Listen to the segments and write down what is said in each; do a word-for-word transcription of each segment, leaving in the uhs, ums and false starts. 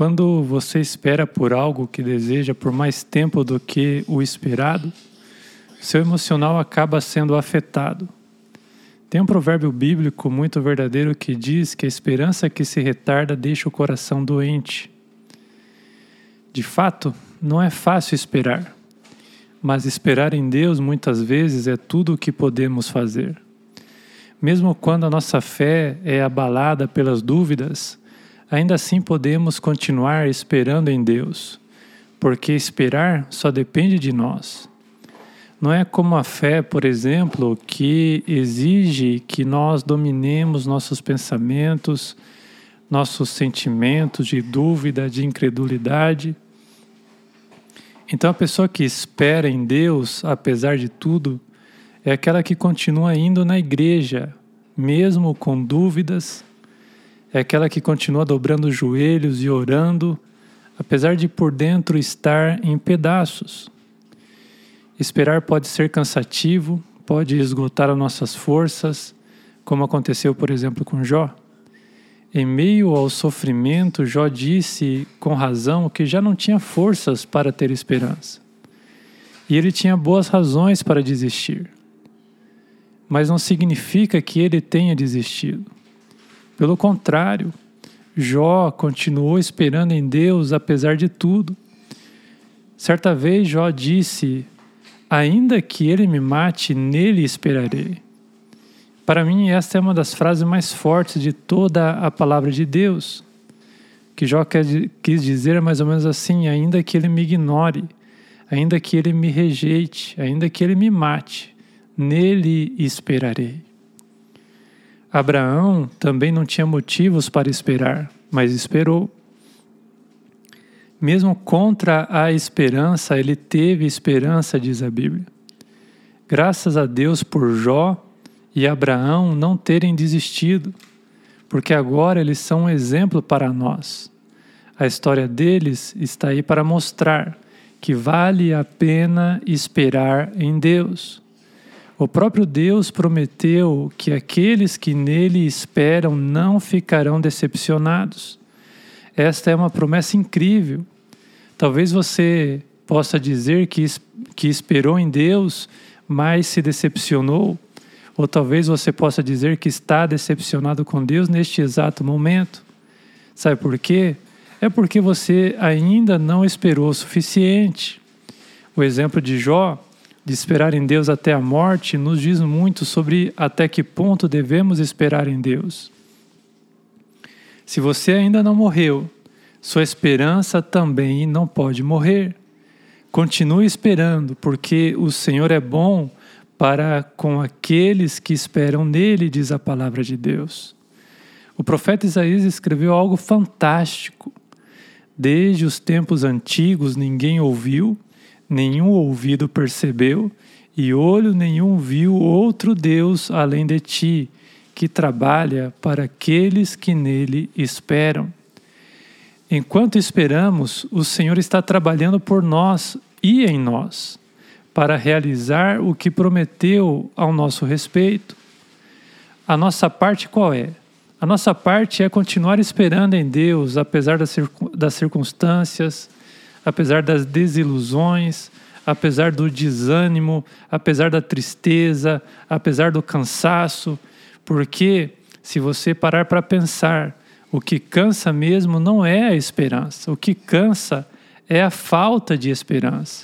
Quando você espera por algo que deseja por mais tempo do que o esperado, seu emocional acaba sendo afetado. Tem um provérbio bíblico muito verdadeiro que diz que a esperança que se retarda deixa o coração doente. De fato, não é fácil esperar, mas esperar em Deus muitas vezes é tudo o que podemos fazer. Mesmo quando a nossa fé é abalada pelas dúvidas, ainda assim podemos continuar esperando em Deus, porque esperar só depende de nós. Não é como a fé, por exemplo, que exige que nós dominemos nossos pensamentos, nossos sentimentos de dúvida, de incredulidade. Então a pessoa que espera em Deus, apesar de tudo, é aquela que continua indo na igreja, mesmo com dúvidas, é aquela que continua dobrando os joelhos e orando, apesar de por dentro estar em pedaços. Esperar pode ser cansativo, pode esgotar as nossas forças, como aconteceu, por exemplo, com Jó. Em meio ao sofrimento, Jó disse com razão que já não tinha forças para ter esperança. E ele tinha boas razões para desistir. Mas não significa que ele tenha desistido. Pelo contrário, Jó continuou esperando em Deus apesar de tudo. Certa vez Jó disse: ainda que ele me mate, nele esperarei. Para mim, esta é uma das frases mais fortes de toda a palavra de Deus. O que Jó quis dizer é mais ou menos assim: ainda que ele me ignore, ainda que ele me rejeite, ainda que ele me mate, nele esperarei. Abraão também não tinha motivos para esperar, mas esperou. Mesmo contra a esperança, ele teve esperança, diz a Bíblia. Graças a Deus por Jó e Abraão não terem desistido, porque agora eles são um exemplo para nós. A história deles está aí para mostrar que vale a pena esperar em Deus. O próprio Deus prometeu que aqueles que nele esperam não ficarão decepcionados. Esta é uma promessa incrível. Talvez você possa dizer que, que esperou em Deus, mas se decepcionou. Ou talvez você possa dizer que está decepcionado com Deus neste exato momento. Sabe por quê? É porque você ainda não esperou o suficiente. O exemplo de Jó, de esperar em Deus até a morte, nos diz muito sobre até que ponto devemos esperar em Deus. Se você ainda não morreu, sua esperança também não pode morrer. Continue esperando, porque o Senhor é bom para com aqueles que esperam nele, diz a palavra de Deus. O profeta Isaías escreveu algo fantástico. Desde os tempos antigos ninguém ouviu, nenhum ouvido percebeu, e olho nenhum viu outro Deus além de ti, que trabalha para aqueles que nele esperam. Enquanto esperamos, o Senhor está trabalhando por nós e em nós, para realizar o que prometeu ao nosso respeito. A nossa parte qual é? A nossa parte é continuar esperando em Deus, apesar das, circun- das circunstâncias, apesar das desilusões, apesar do desânimo, apesar da tristeza, apesar do cansaço, porque se você parar para pensar, o que cansa mesmo não é a esperança, o que cansa é a falta de esperança.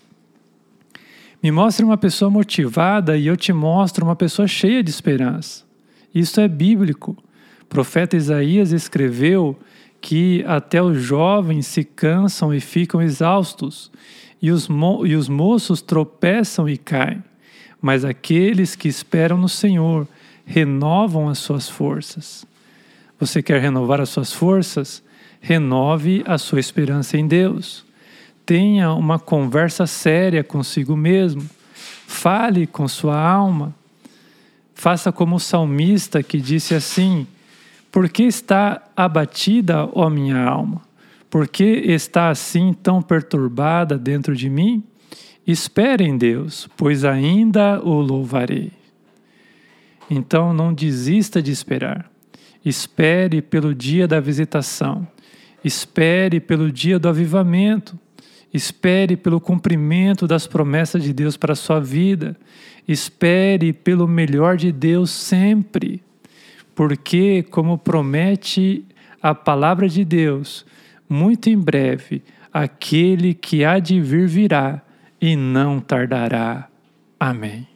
Me mostre uma pessoa motivada e eu te mostro uma pessoa cheia de esperança. Isso é bíblico. O profeta Isaías escreveu que até os jovens se cansam e ficam exaustos, e os, mo- e os moços tropeçam e caem, mas aqueles que esperam no Senhor renovam as suas forças. Você quer renovar as suas forças? Renove a sua esperança em Deus. Tenha uma conversa séria consigo mesmo. Fale com sua alma. Faça como o salmista que disse assim: por que está abatida, ó minha alma? Por que está assim tão perturbada dentro de mim? Espere em Deus, pois ainda o louvarei. Então não desista de esperar. Espere pelo dia da visitação. Espere pelo dia do avivamento. Espere pelo cumprimento das promessas de Deus para a sua vida. Espere pelo melhor de Deus sempre. Porque, como promete a palavra de Deus, muito em breve, aquele que há de vir virá e não tardará. Amém.